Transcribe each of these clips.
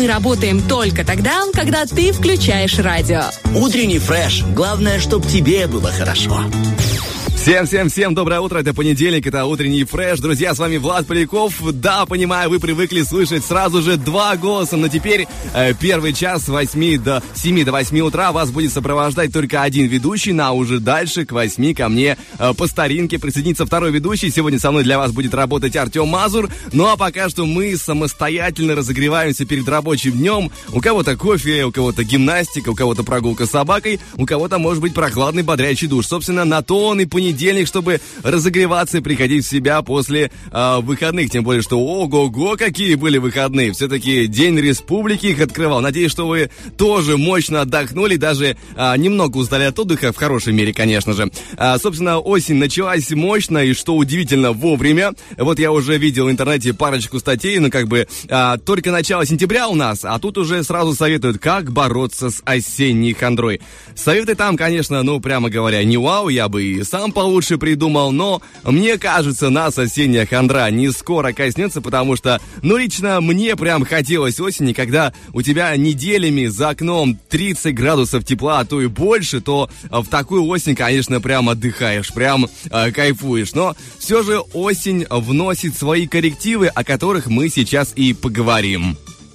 Мы работаем только тогда, когда ты включаешь радио. Утренний фреш. Главное, чтобы тебе было хорошо. Всем доброе утро, это понедельник, это утренний фреш. Друзья, с вами Влад Поляков. Да, понимаю, вы привыкли слышать сразу же два голоса, но теперь первый час с 7 до 8 утра вас будет сопровождать только один ведущий, а уже дальше к 8 ко мне по старинке присоединится второй ведущий. Сегодня со мной для вас будет работать Артем Мазур. Ну а пока что мы самостоятельно разогреваемся перед рабочим днем. У кого-то кофе, у кого-то гимнастика, у кого-то прогулка с собакой, у кого-то может быть прохладный бодрящий душ. Собственно, на то он и понедельник, чтобы разогреваться и приходить в себя после выходных. Тем более, что ого-го, какие были выходные. Все-таки День Республики их открывал. Надеюсь, что вы тоже мощно отдохнули, даже немного устали от отдыха, в хорошей мере, конечно же. Собственно, осень началась мощно и, что удивительно, вовремя. Вот я уже видел в интернете парочку статей, но только начало сентября у нас, а тут уже сразу советуют, как бороться с осенней хандрой. Советы там, конечно, прямо говоря, не вау, я бы и сам получше придумал, но мне кажется, нас осенняя хандра не скоро коснется, потому что, лично мне прям хотелось осени, когда у тебя неделями за окном 30 градусов тепла, а то и больше, то в такую осень, конечно, прям отдыхаешь, прям кайфуешь. Но все же осень вносит свои коррективы, о которых мы сейчас и поговорим.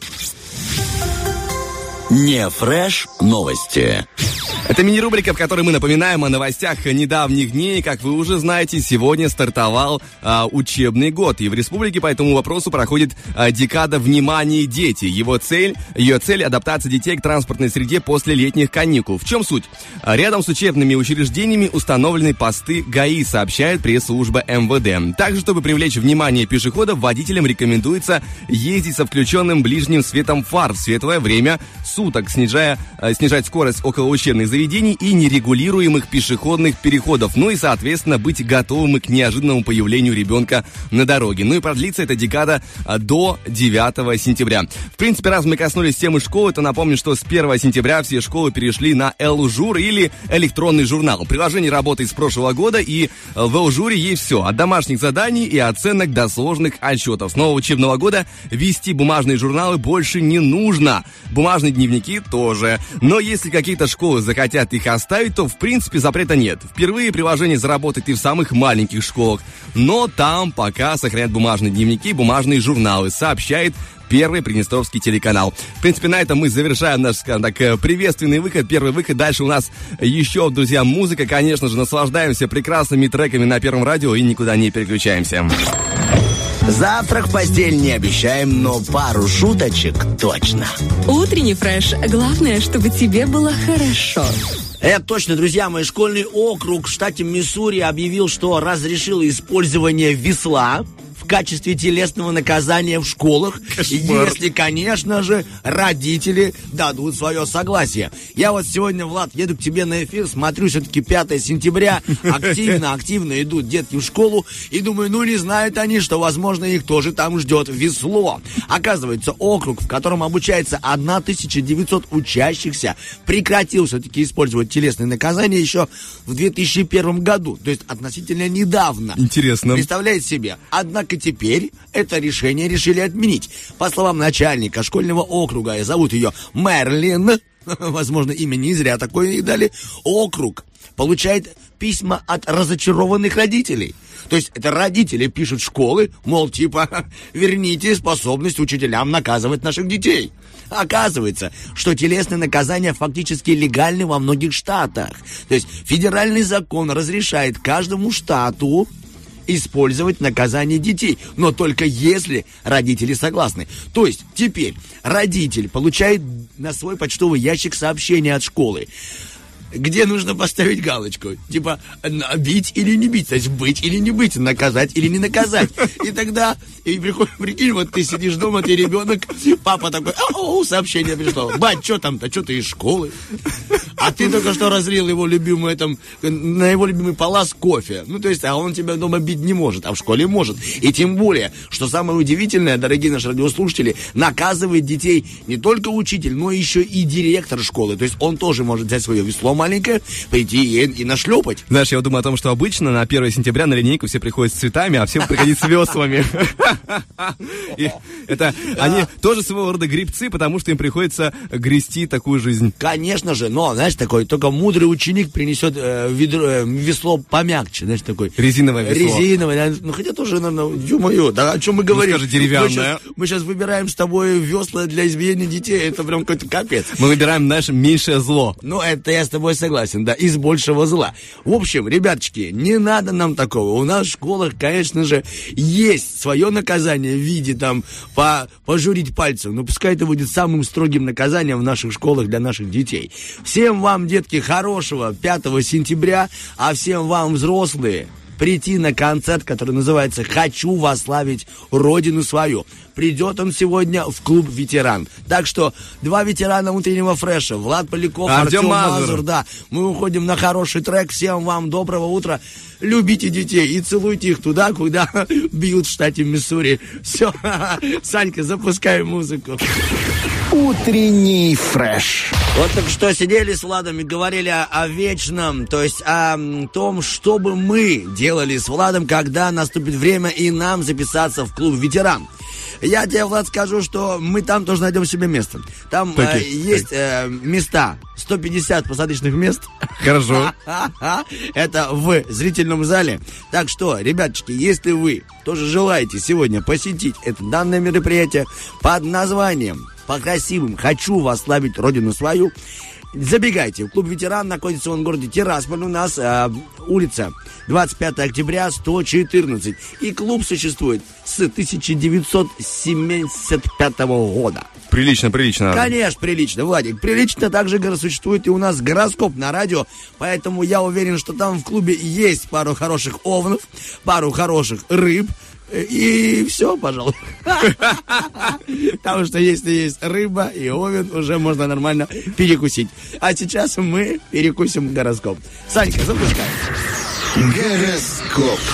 Не фреш новости. Это мини-рубрика, в которой мы напоминаем о новостях недавних дней. Как вы уже знаете, сегодня стартовал учебный год. И в республике по этому вопросу проходит декада «Внимание, дети». Ее цель – адаптация детей к транспортной среде после летних каникул. В чем суть? Рядом с учебными учреждениями установлены посты ГАИ, сообщает пресс-служба МВД. Также, чтобы привлечь внимание пешеходов, водителям рекомендуется ездить со включенным ближним светом фар в светлое время суток, снижать скорость около учебных заведений и нерегулируемых пешеходных переходов, и, соответственно, быть готовым к неожиданному появлению ребенка на дороге. И продлится эта декада до 9 сентября. В принципе, раз мы коснулись темы школы, то напомню, что с 1 сентября все школы перешли на ЭЛЖУР или электронный журнал. Приложение работает с прошлого года, и в ЭЛЖУРе есть все, от домашних заданий и оценок до сложных отчетов. С нового учебного года вести бумажные журналы больше не нужно. Бумажные дневники тоже. Но если какие-то школы захотят их оставить, то в принципе запрета нет. Впервые приложение заработает и в самых маленьких школах, но там пока сохранят бумажные дневники, бумажные журналы, сообщает Первый Приднестровский телеканал. В принципе, на этом мы завершаем наш, приветственный выход, первый выход. Дальше у нас еще, друзья, музыка, конечно же, наслаждаемся прекрасными треками на Первом радио и никуда не переключаемся. Завтрак в постель не обещаем, но пару шуточек точно. Утренний фреш. Главное, чтобы тебе было хорошо. Это точно, друзья мои. Школьный округ в штате Миссури объявил, что разрешил использование весла в качестве телесного наказания в школах, если, конечно же, родители дадут свое согласие. Я вот сегодня, Влад, еду к тебе на эфир, смотрю, все-таки 5 сентября, активно идут детки в школу, и думаю, не знают они, что, возможно, их тоже там ждет весло. Оказывается, округ, в котором обучается 1900 учащихся, прекратил все-таки использовать телесные наказания еще в 2001 году, то есть относительно недавно. Интересно. Представляете себе? Однако теперь это решение решили отменить. По словам начальника школьного округа, зовут ее Мерлин, возможно, имя не зря такое ей дали, округ получает письма от разочарованных родителей. То есть это родители пишут школы, мол, верните способность учителям наказывать наших детей. Оказывается, что телесные наказания фактически легальны во многих штатах. То есть федеральный закон разрешает каждому штату использовать наказание детей, но только если родители согласны. То есть теперь родитель получает на свой почтовый ящик сообщение от школы, где нужно поставить галочку, бить или не бить, то есть быть или не быть, наказать или не наказать. И тогда, прикинь, вот ты сидишь дома, ты ребенок, папа такой, сообщение пришло, бать, что там-то, что ты из школы? А ты только что разлил его любимый, на его любимый палас кофе. Ну, то есть, а он тебя дома бить не может, а в школе может. И тем более, что самое удивительное, дорогие наши радиослушатели, наказывает детей не только учитель, но еще и директор школы. То есть, он тоже может взять свое весло маленькое, прийти и нашлепать. Знаешь, я думаю о том, что обычно на 1 сентября на линейку все приходят с цветами, а все приходят с веслами. И это они тоже своего рода гребцы, потому что им приходится грести такую жизнь. Конечно же, но, знаешь, такой, только мудрый ученик принесет весло помягче, знаешь, такой. Резиновое весло. Резиновое, ну, хотя тоже, наверное, ё-моё, да, о чем мы говорим? Ну, скажи, деревянное. Мы сейчас выбираем с тобой весла для избиения детей, это прям какой-то капец. Мы выбираем наше меньшее зло. Ну, это я с тобой согласен, да, из большего зла. В общем, ребяточки, не надо нам такого. У нас в школах, конечно же, есть свое наказание в виде, там, пожурить пальцем. Но пускай это будет самым строгим наказанием в наших школах для наших детей. Всем вам, детки, хорошего 5 сентября, а всем вам, взрослые, прийти на концерт, который называется «Хочу восславить Родину свою». Придет он сегодня в клуб «Ветеран». Так что 2 ветерана утреннего фреша, Влад Поляков, Артем Мазур. Да, мы уходим на хороший трек. Всем вам доброго утра. Любите детей и целуйте их туда, куда бьют в штате Миссури. Все, Санька, запускай музыку. Утренний фреш. Вот так что сидели с Владом и говорили о вечном, то есть о том, что бы мы делали с Владом, когда наступит время и нам записаться в клуб «Ветеран». Я тебе, Влад, скажу, что мы там тоже найдем себе место. Там есть места, 150 посадочных мест. Хорошо. Это в зрительном зале. Так что, ребяточки, если вы тоже желаете сегодня посетить это данное мероприятие под названием, по красивым «Хочу восславить Родину свою», забегайте. В клуб «Ветеран» находится он в городе Тирасполь. У нас улица 25 октября, 114. И клуб существует с 1975 года. Прилично. Конечно, прилично, Владик. Прилично также существует и у нас гороскоп на радио. Поэтому я уверен, что там в клубе есть пару хороших овнов, пару хороших рыб. И все, пожалуй. Потому что если есть рыба и овен, уже можно нормально перекусить. А сейчас мы перекусим гороскоп. Санька, запускай. Гороскоп.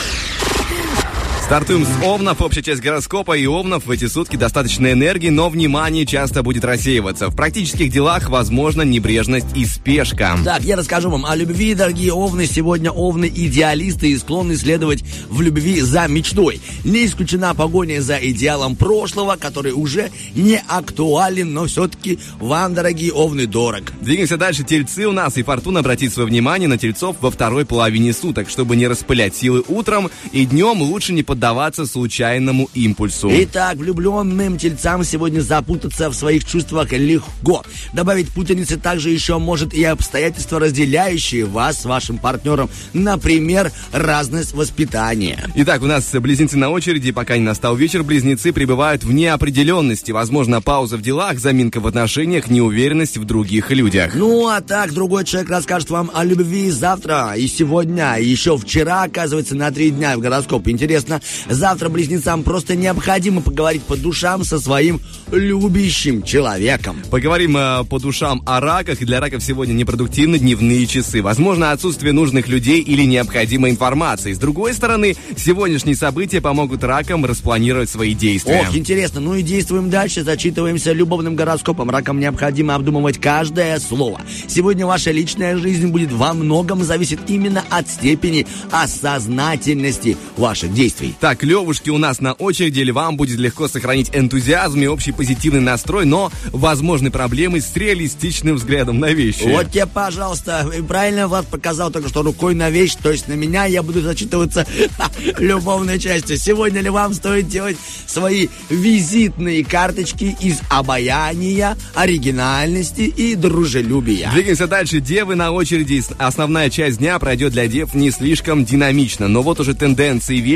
Стартуем с овнов. Общая часть гороскопа и овнов в эти сутки достаточно энергии, но внимание часто будет рассеиваться. В практических делах возможна небрежность и спешка. Так, я расскажу вам о любви, дорогие овны. Сегодня овны идеалисты и склонны следовать в любви за мечтой. Не исключена погоня за идеалом прошлого, который уже не актуален, но все-таки вам, дорогие овны, дорог. Двигаемся дальше. Тельцы у нас, и фортуна обратит свое внимание на тельцов во второй половине суток. Чтобы не распылять силы утром и днем, лучше не поддаваться случайному импульсу. Итак, влюбленным тельцам сегодня запутаться в своих чувствах легко. Добавить путаницы также еще может и обстоятельства, разделяющие вас с вашим партнером. Например, разность воспитания. Итак, у нас близнецы на очереди. Пока не настал вечер, близнецы пребывают в неопределенности. Возможно, пауза в делах, заминка в отношениях, неуверенность в других людях. Ну, а так, другой человек расскажет вам о любви завтра и сегодня, и еще вчера, оказывается, на 3 дня в гороскопе. Интересно, завтра близнецам просто необходимо поговорить по душам со своим любящим человеком. Поговорим по душам о раках. И для раков сегодня непродуктивны дневные часы. Возможно, отсутствие нужных людей или необходимой информации. С другой стороны, сегодняшние события помогут ракам распланировать свои действия. Ох, интересно. Ну и действуем дальше. Зачитываемся любовным гороскопом. Ракам необходимо обдумывать каждое слово. Сегодня ваша личная жизнь будет во многом зависеть именно от степени осознательности ваших действий. Так, левушки у нас на очереди. Львам будет легко сохранить энтузиазм и общий позитивный настрой, но возможны проблемы с реалистичным взглядом на вещи. Вот тебе, пожалуйста, правильно Влад показал только что рукой на вещь, то есть на меня я буду зачитываться любовной частью. Сегодня львам стоит делать свои визитные карточки из обаяния, оригинальности и дружелюбия. Двигаемся дальше. Девы на очереди. Основная часть дня пройдет для дев не слишком динамично, но вот уже тенденции вечера повысить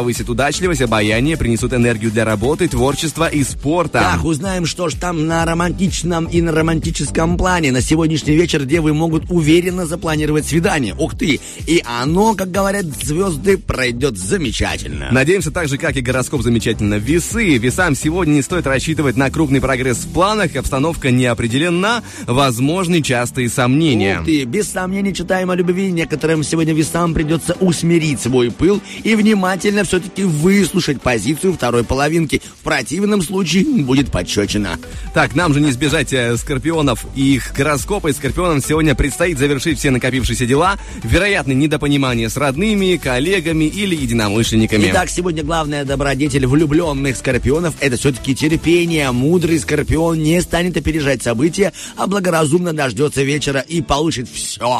повысят удачливость, обаяние, принесут энергию для работы, творчества и спорта. Так, узнаем, что ж там на романтичном и на романтическом плане. На сегодняшний вечер девы могут уверенно запланировать свидание. Ух ты! И оно, как говорят звезды, пройдет замечательно. Надеемся, так же, как и гороскоп, замечательно. Весы. Весам сегодня не стоит рассчитывать на крупный прогресс в планах. Обстановка не определена. Возможны частые сомнения. Ух ты! Без сомнений читаем о любви. Некоторым сегодня весам придется усмирить свой пыл и внимательно все-таки выслушать позицию второй половинки. В противном случае будет пощечина. Так, нам же не избежать скорпионов и их гороскопа. И скорпионам сегодня предстоит завершить все накопившиеся дела. Вероятно, недопонимание с родными, коллегами или единомышленниками. Итак, сегодня главная добродетель влюбленных скорпионов – это все-таки терпение. Мудрый скорпион не станет опережать события, а благоразумно дождется вечера и получит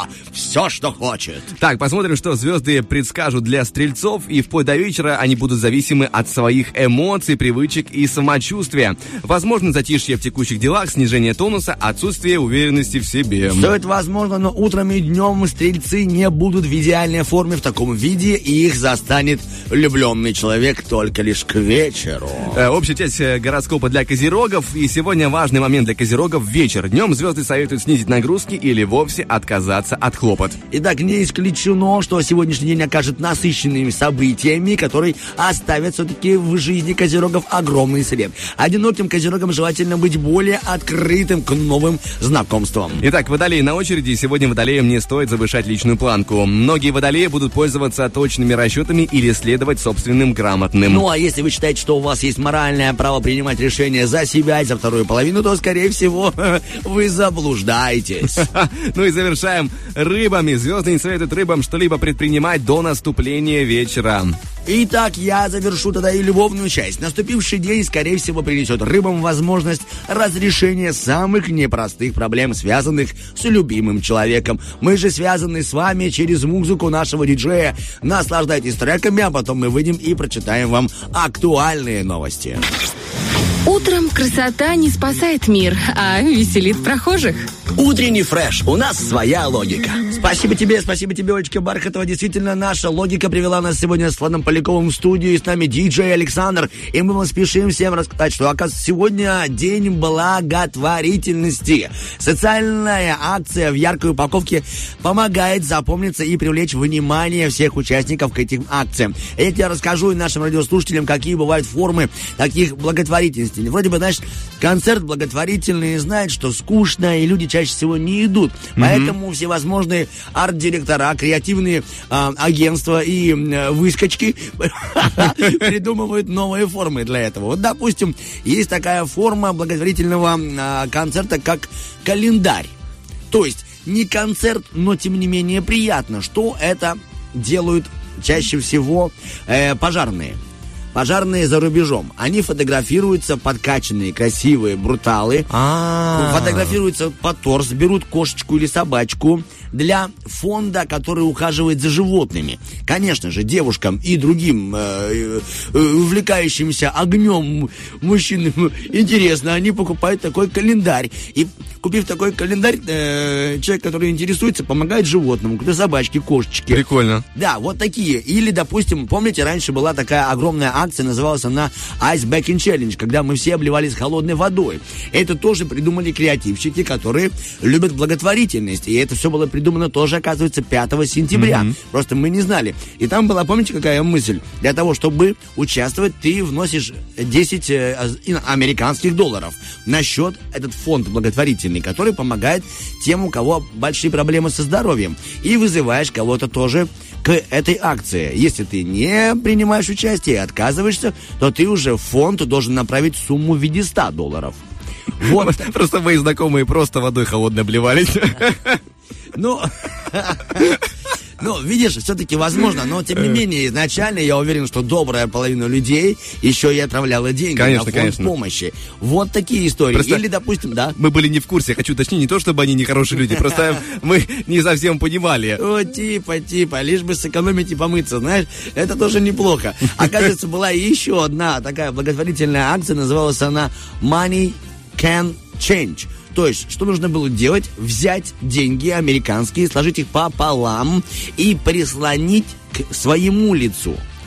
все, что хочет. Так, посмотрим, что звезды предскажут для стрельцов. И вплоть до вечера они будут зависимы от своих эмоций, привычек и самочувствия. Возможно, затишье в текущих делах, снижение тонуса, отсутствие уверенности в себе. Все это возможно, но утром и днем стрельцы не будут в идеальной форме, в таком виде, и их застанет влюбленный человек только лишь к вечеру. Общая часть гороскопа для козерогов. И сегодня важный момент для козерогов – вечер. Днем звезды советуют снизить нагрузки или вовсе отказаться от хлопот. Итак, не исключено, что сегодняшний день окажет насыщенными событиями, которые оставят все-таки в жизни козерогов огромный след. Одиноким козерогам желательно быть более открытым к новым знакомствам. Итак, водолеи на очереди. Сегодня водолеям не стоит завышать личную планку. Многие водолеи будут пользоваться точными расчетами или следовать собственным грамотным. Ну, а если вы считаете, что у вас есть моральное право принимать решения за себя и за вторую половину, то, скорее всего, вы заблуждаетесь. Ну и завершаем рыбами. Звезды не советуют рыбам что-либо предпринимать до наступления вечера. Итак, я завершу тогда и любовную часть. Наступивший день, скорее всего, принесет рыбам возможность разрешения самых непростых проблем, связанных с любимым человеком. Мы же связаны с вами через музыку нашего диджея. Наслаждайтесь треками, а потом мы выйдем и прочитаем вам актуальные новости. Утром красота не спасает мир, а веселит прохожих. Утренний фреш. У нас своя логика. Спасибо тебе, Олечка Бархатова. Действительно, наша логика привела нас сегодня с Владом Поляковым в студию. И с нами диджей Александр. И мы вам спешим всем рассказать, что, оказывается, сегодня день благотворительности. Социальная акция в яркой упаковке помогает запомниться и привлечь внимание всех участников к этим акциям. Я тебе расскажу и нашим радиослушателям, какие бывают формы таких благотворительностей. Вроде бы, знаешь, концерт благотворительный, знает, что скучно, и люди чаще всего не идут. Поэтому всевозможные арт-директора, креативные агентства и выскочки придумывают новые формы для этого. Вот, допустим, есть такая форма благотворительного концерта, как календарь. То есть не концерт, но тем не менее приятно, что это делают чаще всего пожарные. Пожарные за рубежом. Они фотографируются, подкачанные, красивые, бруталы. Фотографируются по торс, берут кошечку или собачку для фонда, который ухаживает за животными. Конечно же, девушкам и другим увлекающимся огнем мужчинам интересно, они покупают такой календарь. И купив такой календарь, человек, который интересуется, помогает животному, кто собачке, кошечке. Прикольно. Да, вот такие. Или, допустим, помните, раньше была такая огромная акция, называлась она Ice Baking Challenge, когда мы все обливались холодной водой. Это тоже придумали креативщики, которые любят благотворительность. И это все было придумано тоже, оказывается, 5 сентября. Просто мы не знали. И там была, помните, какая мысль? Для того, чтобы участвовать, ты вносишь 10 американских долларов на счет, этот фонд благотворительный, который помогает тем, у кого большие проблемы со здоровьем. И вызываешь кого-то тоже к этой акции. Если ты не принимаешь участие и отказываешься, то ты уже в фонд должен направить сумму в виде $100. Вот. Просто мои знакомые просто водой холодной обливались. Ну, видишь, все-таки возможно, но тем не менее, изначально я уверен, что добрая половина людей еще и отправляла деньги на фонд помощи. Вот такие истории. Просто или, допустим, да. Мы были не в курсе, хочу уточнить, не то, чтобы они нехорошие люди, просто мы не совсем понимали. О, типа, лишь бы сэкономить и помыться, знаешь, это тоже неплохо. Оказывается, была еще одна такая благотворительная акция, называлась она Money Can Change. То есть, что нужно было делать? Взять деньги американские, сложить их пополам и прислонить к своему лицу.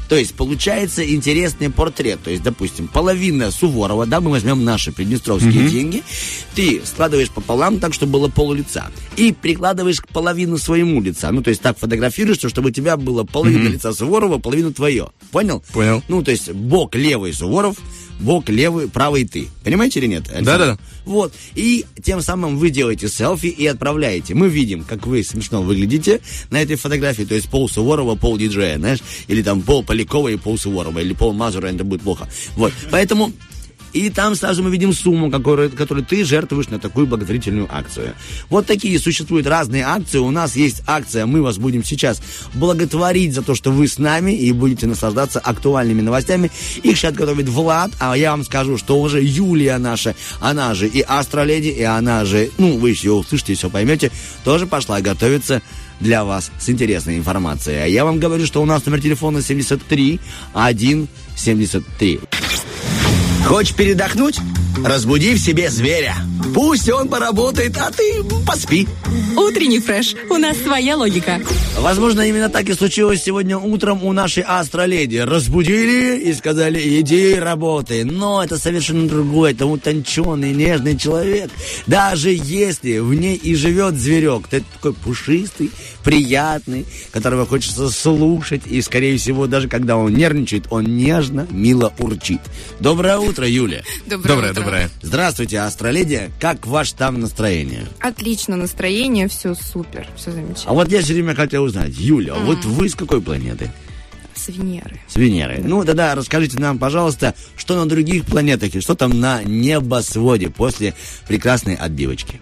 То есть получается интересный портрет. То есть, допустим, половина Суворова, да, мы возьмем наши приднестровские деньги, ты складываешь пополам так, чтобы было пол лица, и прикладываешь к половину своему лица. Ну, то есть так фотографируешься, чтобы у тебя было половина лица Суворова, половина твое. Понял? Понял. Ну, то есть бок левый Суворов, бок левый, правый ты. Понимаете или нет? Да-да-да. Вот. И тем самым вы делаете селфи и отправляете. Мы видим, как вы смешно выглядите на этой фотографии. То есть пол Суворова, пол диджея, знаешь? Или там пол Полякова и пол Суворова. Или пол Мазура, это будет плохо. Вот. Поэтому... И там сразу мы видим сумму, которую ты жертвуешь на такую благотворительную акцию. Вот такие существуют разные акции. У нас есть акция, мы вас будем сейчас благотворить за то, что вы с нами и будете наслаждаться актуальными новостями. Их сейчас готовит Влад, а я вам скажу, что уже Юлия наша, она же и Астроледи, и она же, ну, вы все услышите, все поймете, тоже пошла готовиться для вас с интересной информацией. А я вам говорю, что у нас номер телефона 73 173. Хочешь передохнуть? Разбуди в себе зверя. Пусть он поработает, а ты поспи. Утренний фреш. У нас своя логика. Возможно, именно так и случилось сегодня утром у нашей Астроледи. Разбудили и сказали, иди работай. Но это совершенно другой, это утонченный, нежный человек. Даже если в ней и живет зверек, то это такой пушистый, приятный, которого хочется слушать. И, скорее всего, даже когда он нервничает, он нежно, мило урчит. Доброе утро, Юля. Доброе утро. Здравствуйте, Астроледи. Как ваше там настроение? Отлично настроение, все супер, все замечательно. А вот я все время хотел узнать, Юля, вот вы с какой планеты? С Венеры. С Венеры. Ну, тогда расскажите нам, пожалуйста, что на других планетах и что там на небосводе после прекрасной отбивочки.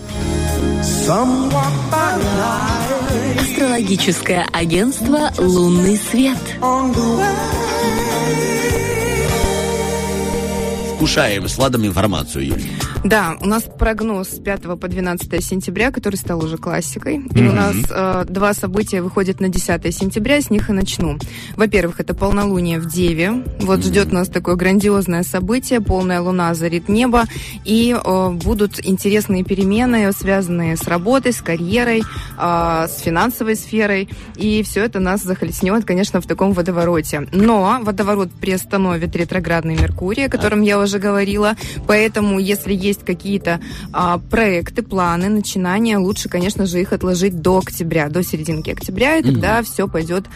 Астрологическое агентство «Лунный свет». Вкушаем с Владом информацию, Юля. Да, у нас прогноз с 5 по 12 сентября, который стал уже классикой. И у нас два события выходят на 10 сентября, с них и начну. Во-первых, это полнолуние в Деве. Вот ждет нас такое грандиозное событие. Полная луна озарит небо. И будут интересные перемены, связанные с работой, с карьерой, с финансовой сферой. И все это нас захлестнет, конечно, в таком водовороте. Но водоворот приостановит ретроградный Меркурий, о котором я уже говорила. Поэтому, если есть какие-то проекты, планы, начинания, лучше, конечно же, их отложить до октября, до серединки октября, и тогда все пойдет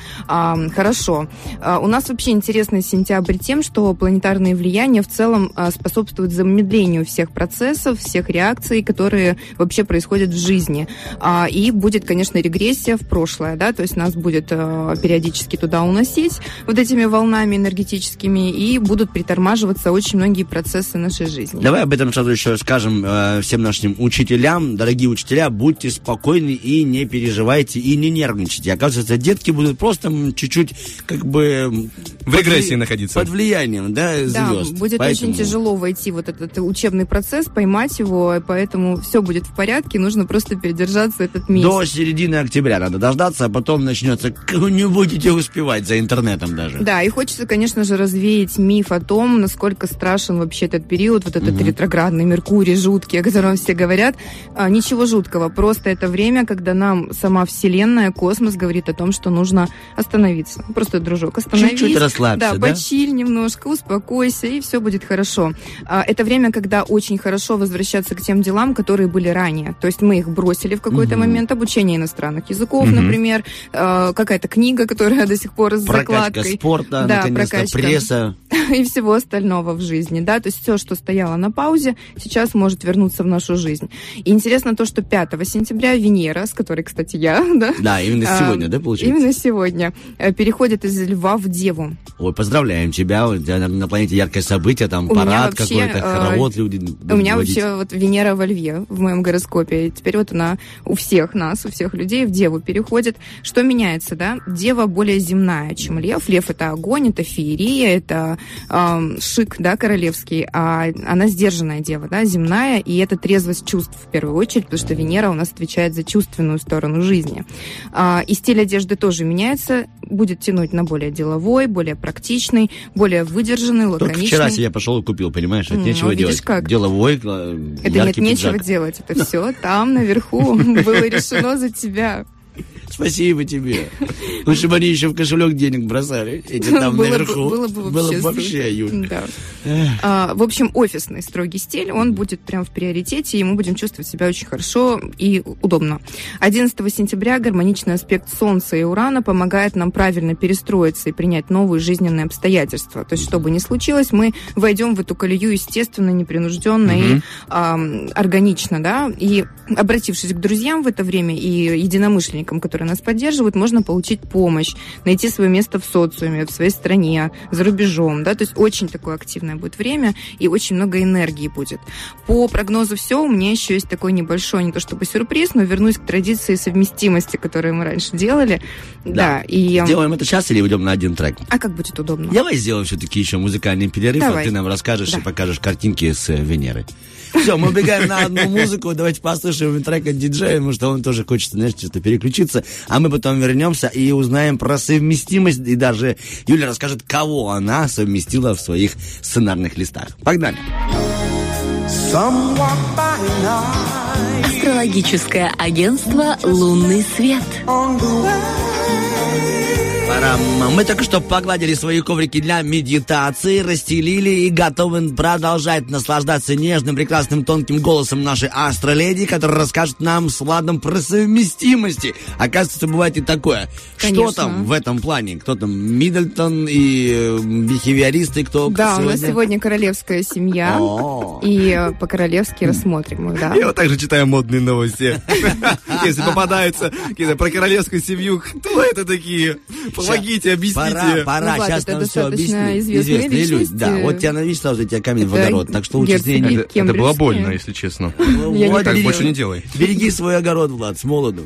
хорошо. У нас вообще интересный сентябрь тем, что планетарные влияния в целом способствуют замедлению всех процессов, всех реакций, которые вообще происходят в жизни. И будет, конечно, регрессия в прошлое, да, то есть нас будет периодически туда уносить вот этими волнами энергетическими, и будут притормаживаться очень многие процессы нашей жизни. Давай об этом сразу еще скажем всем нашим учителям. Дорогие учителя, будьте спокойны и не переживайте, и не нервничайте. Оказывается, детки будут просто чуть-чуть как бы... В регрессии находиться. Под влиянием, да, звезд. Да, будет очень тяжело войти вот этот учебный процесс, поймать его, поэтому все будет в порядке, нужно просто передержаться этот месяц. До середины октября надо дождаться, а потом начнется, не будете успевать за интернетом даже. Да, и хочется, конечно же, развеять миф о том, насколько страшен вообще этот период, вот этот ретроградный Меркурий жуткий, о котором все говорят. Ничего жуткого, просто это время, когда нам сама Вселенная, космос говорит о том, что нужно остановиться. Просто, дружок, остановись. Чуть-чуть расслабься, да? Почиль немножко, успокойся, и все будет хорошо. Это время, когда очень хорошо возвращаться к тем делам, которые были ранее. То есть мы их бросили в какой-то момент, обучение иностранных языков, например, какая-то книга, которая до сих пор с закладкой. Прокачка спорта, да, наконец-то, пресса. И всего остального в жизни, да, то есть все, что стояло на паузе, сейчас может вернуться в нашу жизнь. И интересно то, что 5 сентября Венера, с которой, кстати, я, да? Да, именно сегодня, да, получается? Именно сегодня переходит из Льва в Деву. Ой, поздравляем тебя, на планете яркое событие, там парад какой-то, хоровод люди. У меня вообще вот Венера во Льве в моем гороскопе, и теперь вот она у всех нас, у всех людей в Деву переходит. Что меняется, да? Дева более земная, чем Лев. Лев — это огонь, это феерия, это шик, да, королевский, а она сдержанная дева, да, земная, и это трезвость чувств в первую очередь, потому что Венера у нас отвечает за чувственную сторону жизни. И стиль одежды тоже меняется, будет тянуть на более деловой, более практичный, более выдержанный, лаконичный. Только вчера себе пошел и купил, понимаешь, это нечего делать. Как? Деловой, это нет, нечего делать, это все там наверху было решено за тебя. Спасибо тебе. Лучше бы они еще в кошелек денег бросали. Эти там наверху. Было бы вообще, Юль. Да. В общем, офисный строгий стиль, он будет прям в приоритете, и мы будем чувствовать себя очень хорошо и удобно. 11 сентября гармоничный аспект Солнца и Урана помогает нам правильно перестроиться и принять новые жизненные обстоятельства. То есть, что бы ни случилось, мы войдем в эту колею естественно, непринужденно и органично, да, и обратившись к друзьям в это время и единомышленникам, которые нас поддерживают, можно получить помощь, найти свое место в социуме, в своей стране, за рубежом, да, то есть очень такое активное будет время и очень много энергии будет. По прогнозу все, у меня еще есть такой небольшой, не то чтобы сюрприз, но вернусь к традиции совместимости, которую мы раньше делали. Да. И... Сделаем это сейчас или уйдем на один трек? А как будет удобно? Давай сделаем все-таки еще музыкальный перерыв, Давай. а ты нам расскажешь и покажешь картинки с Венеры. Все, мы убегаем на одну музыку. Давайте послушаем трек от диджея, потому что он тоже хочет, знаешь, что-то переключиться. А мы потом вернемся и узнаем про совместимость. И даже Юля расскажет, кого она совместила в своих сценарных листах. Погнали! Астрологическое агентство «Лунный свет». Мы только что погладили свои коврики для медитации, расстелили и готовы продолжать наслаждаться нежным, прекрасным, тонким голосом нашей астроледи, которая расскажет нам с Владом про совместимости. Оказывается, бывает и такое. Конечно. Что там в этом плане? Кто там? Миддлтон и бихевиористы? Кто Да, сегодня? у нас сегодня королевская семья. И по-королевски рассмотрим их, да. Я вот так же читаю модные новости. Если попадаются какие-то про королевскую семью, кто это такие? Помогите, объясните. Пора, Ну, сейчас это нам все достаточно объясню. известные люди. личности. Да, вот тебя навис сразу, у тебя камень в Это огород. Так что лучше с ней герцоги. не... Это было Кембриджские. больно, если честно. Я Вот, Так береги- больше не делай. Береги свой огород, Влад, с молоду.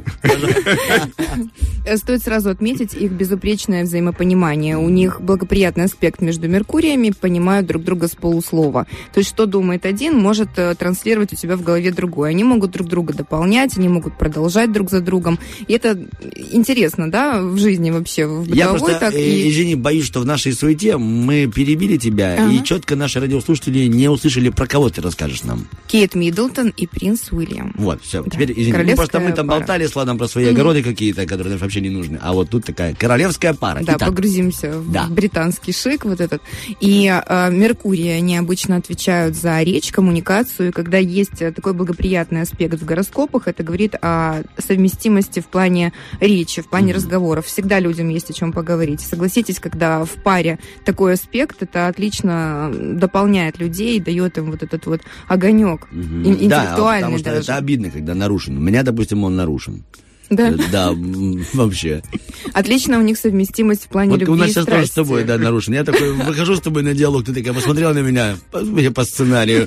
Стоит сразу отметить их безупречное взаимопонимание. У них благоприятный аспект между Меркуриями, понимают друг друга с полуслова. То есть, что думает один, может транслировать у тебя в голове другой. Они могут друг друга дополнять, они могут продолжать друг за другом. И это интересно, да, в жизни вообще, в Я бытовой просто, так и... извини, боюсь, что в нашей суете мы перебили тебя, и четко наши радиослушатели не услышали, про кого ты расскажешь нам. Кейт Миддлтон и принц Уильям. Вот, все. Да. Теперь, извини, Королевская просто мы там пара. болтали с Владом про свои огороды какие-то, которые нам вообще не нужны. А вот тут такая королевская пара. Да, Итак, погрузимся в Да. британский шик вот этот. И Меркурии, они обычно отвечают за речь, коммуникацию. И когда есть такой благоприятный аспект в гороскопах, это говорит о совместимости в плане речи, в плане разговоров. Всегда людям есть о чем поговорить. Согласитесь, когда в паре такой аспект, это отлично дополняет людей и дает им вот этот вот огонек. да, Интеллектуальный потому что даже. это обидно, когда нарушен. У меня, допустим, он нарушен. Да? Да, вообще. Отлично у них совместимость в плане Вот любви у нас и сейчас тоже с страсти. тобой, да, нарушен. Я такой выхожу с тобой на диалог, ты такая посмотрела на меня по сценарию.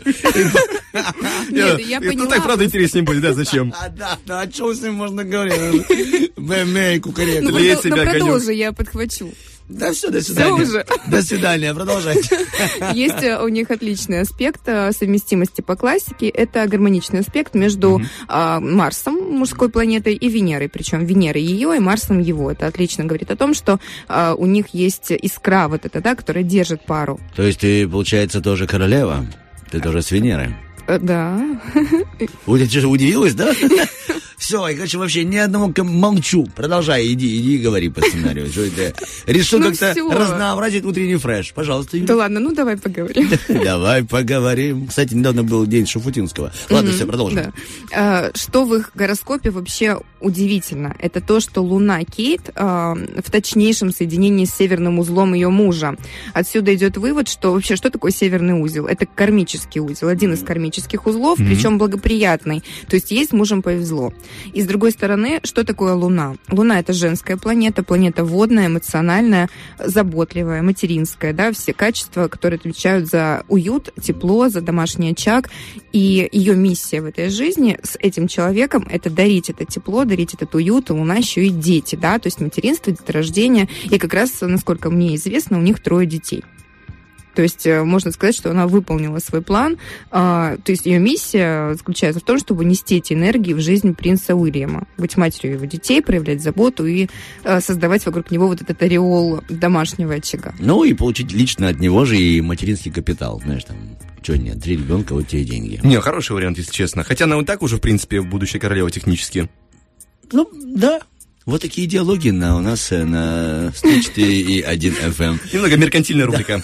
Нет, я Ну поняла. так, правда, интереснее будет, да, зачем? Да, о чем с ним можно говорить? Мэй, кукарек. Ну, Лей себя, огонек. продолжи, я подхвачу. Да все, до свидания. уже. До свидания, продолжайте. Есть у них отличный аспект совместимости по классике. Это гармоничный аспект между Марсом, мужской планетой, и Венерой. Причем Венера ее и Марсом его. Это отлично говорит о том, что у них есть искра вот эта, да, которая держит пару. То есть ты, получается, тоже королева? Ты тоже с Венеры? Да. Ты что, удивилась, да? Все, я, короче, вообще ни одного молчу. Продолжай, иди и говори по сценарию. Что это? Решил Ну как-то всё. разнообразить утренний фреш. Пожалуйста, Юля. Да ладно, ну давай поговорим. Давай поговорим. Кстати, недавно был день Шафутинского. Ладно, все, продолжим. Да. Что в их гороскопе вообще удивительно? Это то, что Луна Кейт в точнейшем соединении с северным узлом ее мужа. Отсюда идет вывод, что вообще что такое северный узел? Это кармический узел, один из кармических узлов, причем благоприятный. То есть ей с мужем повезло. И с другой стороны, что такое Луна? Луна — это женская планета водная, эмоциональная, заботливая, материнская, да, все качества, которые отвечают за уют, тепло, за домашний очаг. И ее миссия в этой жизни с этим человеком — это дарить это тепло, дарить этот уют, и Луна еще и дети, да, то есть материнство, деторождение. И как раз, насколько мне известно, у них 3 детей. То есть можно сказать, что она выполнила свой план. То есть ее миссия заключается в том, чтобы нести эти энергии в жизнь принца Уильяма, быть матерью его детей, проявлять заботу и создавать вокруг него вот этот ореол домашнего очага. Ну и получить лично от него же и материнский капитал. Знаешь, там, что нет, 3 ребенка, вот тебе и деньги. Не, хороший вариант, если честно. Хотя она и так уже, в принципе, будущая королева технически. Ну, да. Вот такие диалоги у нас на 104,1 FM. Немного меркантильная рубрика.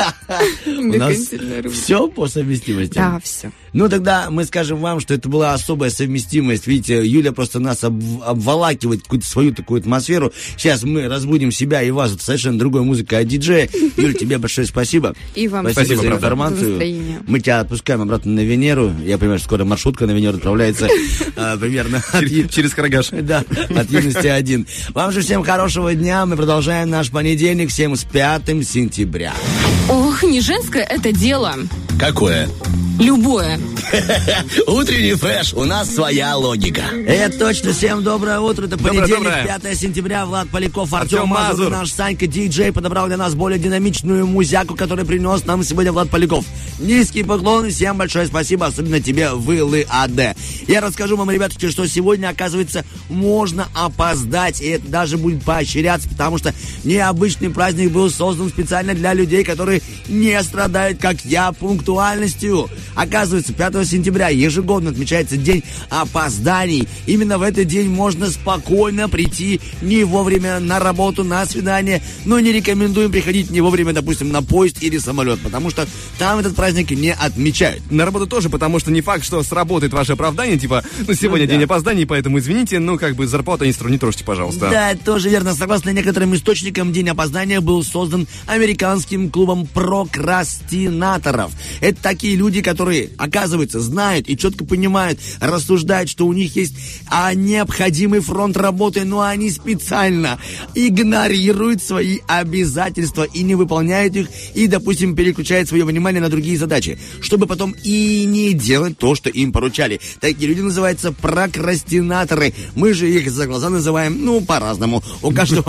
У нас все по совместимости? Да, все. Ну, тогда мы скажем вам, что это была особая совместимость. Видите, Юля просто нас обволакивает какую-то свою такую атмосферу. Сейчас мы разбудим себя и вас. Это совершенно другая музыка от диджея. Юля, тебе большое спасибо. И вам спасибо за информацию. Мы тебя отпускаем обратно на Венеру. Я понимаю, что скоро маршрутка на Венеру отправляется примерно через Карагаш. Да, от Юности 1. Вам же всем хорошего дня. Мы продолжаем наш понедельник. Всем с 5 сентября. Ох, не женское это дело. Какое? Любое. Утренний фреш, у нас своя логика. Это точно. Всем доброе утро. Это понедельник, доброе. 5 сентября. Влад Поляков, Артем Мазур. Наш Санька диджей подобрал для нас более динамичную музяку, которую принес нам сегодня Влад Поляков. Низкий поклон. Всем большое спасибо. Особенно тебе, ВЛАД. Я расскажу вам, ребятки, что сегодня, оказывается, можно опоздать. И это даже будет поощряться, потому что необычный праздник был создан специально для людей, которые не страдают, как я, пунктуальностью. Оказывается, 5 сентября ежегодно отмечается день опозданий. Именно в этот день можно спокойно прийти не вовремя на работу, на свидание, но не рекомендуем приходить не вовремя, допустим, на поезд или самолет, потому что там этот праздник не отмечают. На работу тоже, потому что не факт, что сработает ваше оправдание, типа, сегодня день опозданий, поэтому извините, зарплату не трожьте, пожалуйста. Да, тоже верно. Согласно некоторым источникам, день опоздания был создан американским клубом прокрастинаторов. Это такие люди, которые, оказывается, знают и четко понимают, рассуждают, что у них есть необходимый фронт работы, но они специально игнорируют свои обязательства и не выполняют их, и, допустим, переключают свое внимание на другие задачи, чтобы потом и не делать то, что им поручали. Такие люди называются прокрастинаторы. Мы же их за глаза называем, по-разному. У каждого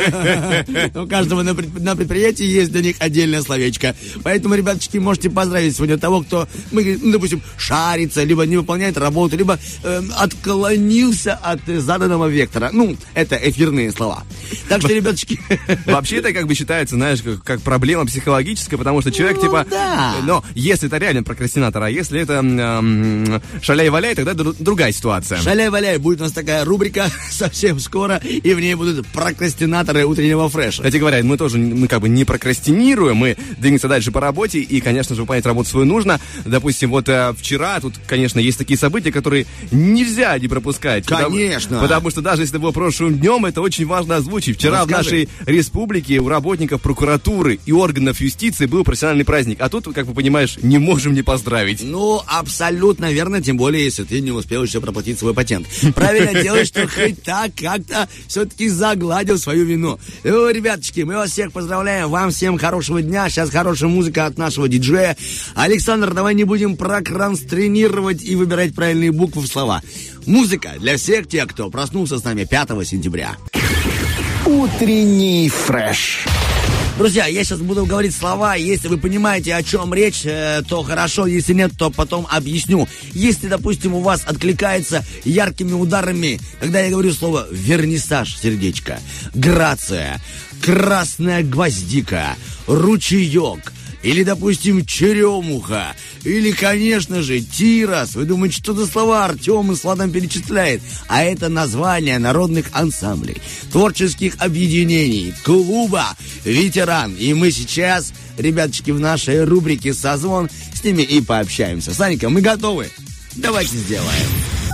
на предприятии есть для них отдельное словечко. Поэтому, ребяточки, можете поздравить сегодня того, кто, допустим, шарится, либо не выполняет работу, либо отклонился от заданного вектора. Это эфирные слова. Так что, ребяточки... Вообще это считается, знаешь, как проблема психологическая, потому что человек, да. Но если это реально прокрастинатор, а если это шаляй-валяй, тогда другая ситуация. Шаляй-валяй, будет у нас такая рубрика совсем скоро, и в ней будут прокрастинаторы утреннего фреша. Кстати говоря, мы не прокрастинируем, мы двигаемся дальше по работе, и, конечно же, выполнять работу свою нужно. Допустим, вчера тут, конечно, есть такие события, которые нельзя не пропускать. Конечно. Потому что даже если это было прошлым днем, это очень важно озвучить. Вчера в нашей республике у работников прокуратуры и органов юстиции был профессиональный праздник. А тут, как вы понимаешь, не можем не поздравить. Абсолютно верно, тем более, если ты не успел еще проплатить свой патент. Правильно делаешь, что хоть так как-то все-таки загладил свою вину. Ребяточки, мы вас всех поздравляем. Вам всем хорошего дня. Сейчас хорошая музыка от нашего диджея. Александр, давай не будем прокрастинировать и выбирать правильные буквы в слова. Музыка для всех тех, кто проснулся с нами 5 сентября. Утренний фреш. Друзья, я сейчас буду говорить слова. Если вы понимаете, о чем речь, то хорошо. Если нет, то потом объясню. Если, допустим, у вас откликается яркими ударами, когда я говорю слово «вернисаж», сердечко, «грация», «красная гвоздика», «ручеек», или, допустим, черемуха, или, конечно же, тирос. Вы думаете, что за слова Артем и Сладом перечисляет? А это название народных ансамблей, творческих объединений, клуба «Ветеран». И мы сейчас, ребяточки, в нашей рубрике «Созвон» с ними и пообщаемся. Санька, мы готовы? Давайте сделаем.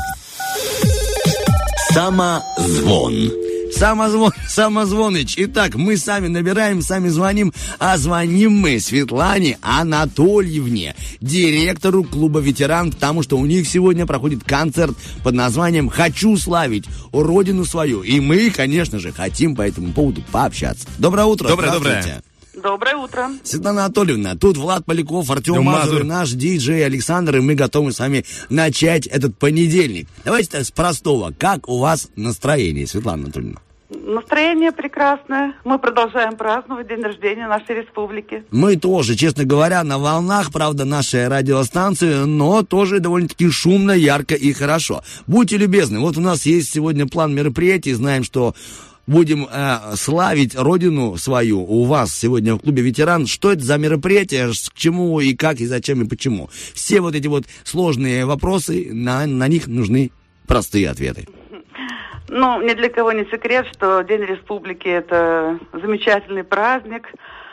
Самозвон. Самозвоныч. Итак, мы сами набираем, сами звоним, а звоним мы Светлане Анатольевне, директору клуба «Ветеран», потому что у них сегодня проходит концерт под названием «Хочу славить родину свою». И мы, конечно же, хотим по этому поводу пообщаться. Доброе утро. Доброе. Доброе утро. Светлана Анатольевна, тут Влад Поляков, Артем Мазур, наш диджей Александр, и мы готовы с вами начать этот понедельник. Давайте с простого. Как у вас настроение, Светлана Анатольевна? Настроение прекрасное. Мы продолжаем праздновать день рождения нашей республики. Мы тоже, честно говоря, на волнах, правда, нашей радиостанции, но тоже довольно-таки шумно, ярко и хорошо. Будьте любезны, вот у нас есть сегодня план мероприятий, знаем, что будем славить родину свою у вас сегодня в клубе «Ветеран». Что это за мероприятие, к чему и как, и зачем, и почему? Все вот эти вот сложные вопросы, на них нужны простые ответы. Ну, ни для кого не секрет, что День Республики – это замечательный праздник.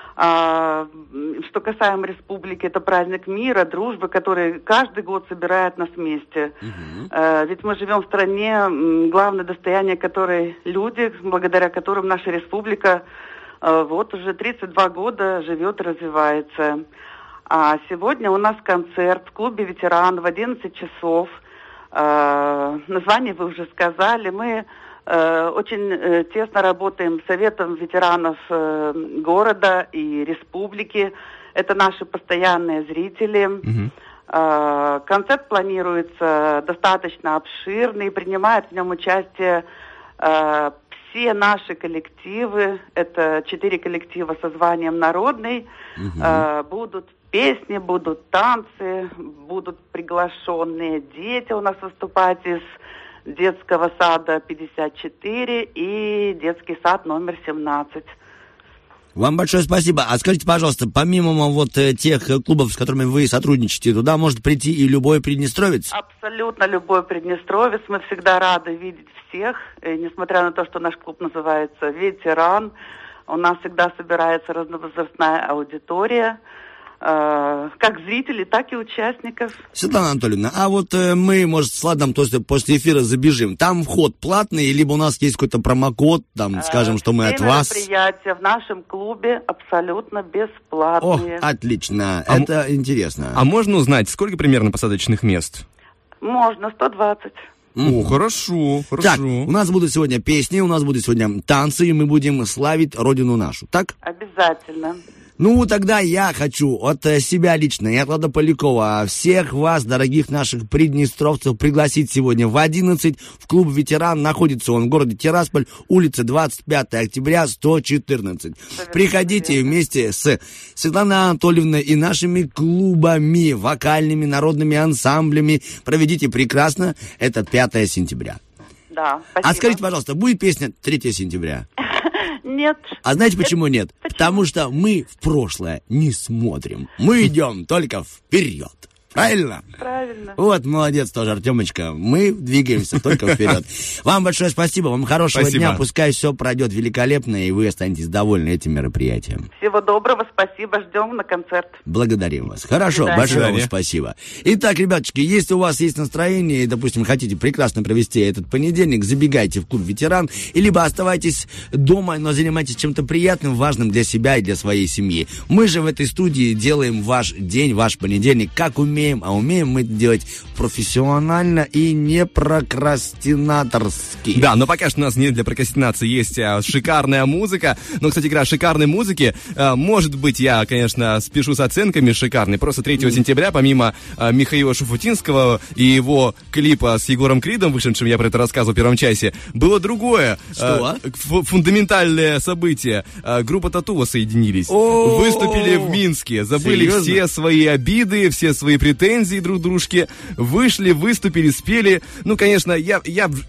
Что касаемо республики, это праздник мира, дружбы, который каждый год собирает нас вместе. Ведь мы живем в стране, главное достояние которой люди, благодаря которым наша республика вот уже 32 года живет и развивается. А сегодня у нас концерт в клубе «Ветеран» в 11 часов. Название вы уже сказали. Мы очень тесно работаем с Советом ветеранов города и республики. Это наши постоянные зрители. Концерт планируется достаточно обширный. Принимают в нем участие все наши коллективы. Это 4 коллектива со званием «Народный». Будут песни, будут танцы, будут приглашенные дети у нас выступать из детского сада 54 и детский сад номер 17. Вам большое спасибо. А скажите, пожалуйста, помимо вот тех клубов, с которыми вы сотрудничаете, туда может прийти и любой приднестровец? Абсолютно любой приднестровец. Мы всегда рады видеть всех. И несмотря на то, что наш клуб называется «Ветеран», у нас всегда собирается разновозрастная аудитория. Как зрителей, так и участников. Светлана Анатольевна, а вот мы, может, с Ладом после эфира забежим. Там вход платный, либо у нас есть какой-то промокод, там, скажем, что мы от вас... Мероприятия в нашем клубе абсолютно бесплатные. О, отлично, это интересно. А можно узнать, сколько примерно посадочных мест? Можно, 120. О, хорошо. Так, у нас будут сегодня песни, у нас будут сегодня танцы, и мы будем славить родину нашу, так? Обязательно. Ну, тогда я хочу от себя лично и от Влада Полякова всех вас, дорогих наших приднестровцев, пригласить сегодня в 11 в клуб «Ветеран». Находится он в городе Тирасполь, улица 25 октября, 114. Приходите вместе с Светланой Анатольевной и нашими клубами, вокальными, народными ансамблями. Проведите прекрасно. Это 5 сентября. Да, спасибо. А скажите, пожалуйста, будет песня 3 сентября? Нет. А знаете, почему нет? Потому что мы в прошлое не смотрим. Мы идем только вперед. Правильно? Правильно. Вот, молодец тоже, Артемочка. Мы двигаемся только вперед. Вам большое спасибо, вам хорошего дня. Пускай все пройдет великолепно, и вы останетесь довольны этим мероприятием. Всего доброго, спасибо, ждем на концерт. Благодарим вас. Хорошо, большое вам спасибо. Итак, ребяточки, если у вас есть настроение, и, допустим, хотите прекрасно провести этот понедельник, забегайте в клуб «Ветеран», и либо оставайтесь дома, но занимайтесь чем-то приятным, важным для себя и для своей семьи. Мы же в этой студии делаем ваш день, ваш понедельник, как умеем, а умеем мы делать профессионально и не прокрастинаторски. Да, но пока что у нас не для прокрастинации, есть шикарная музыка. Но, кстати говоря, шикарной музыки, может быть, я, конечно, спешу с оценками шикарной. Просто 3 сентября, помимо Михаила Шуфутинского и его клипа с Егором Кридом, вышедшим, я про это рассказывал в первом часе, было другое фундаментальное событие. Группа «Тату» воссоединились. Выступили в Минске, забыли все свои обиды, все свои претензии друг к дружке, вышли, выступили, спели. Ну, конечно, я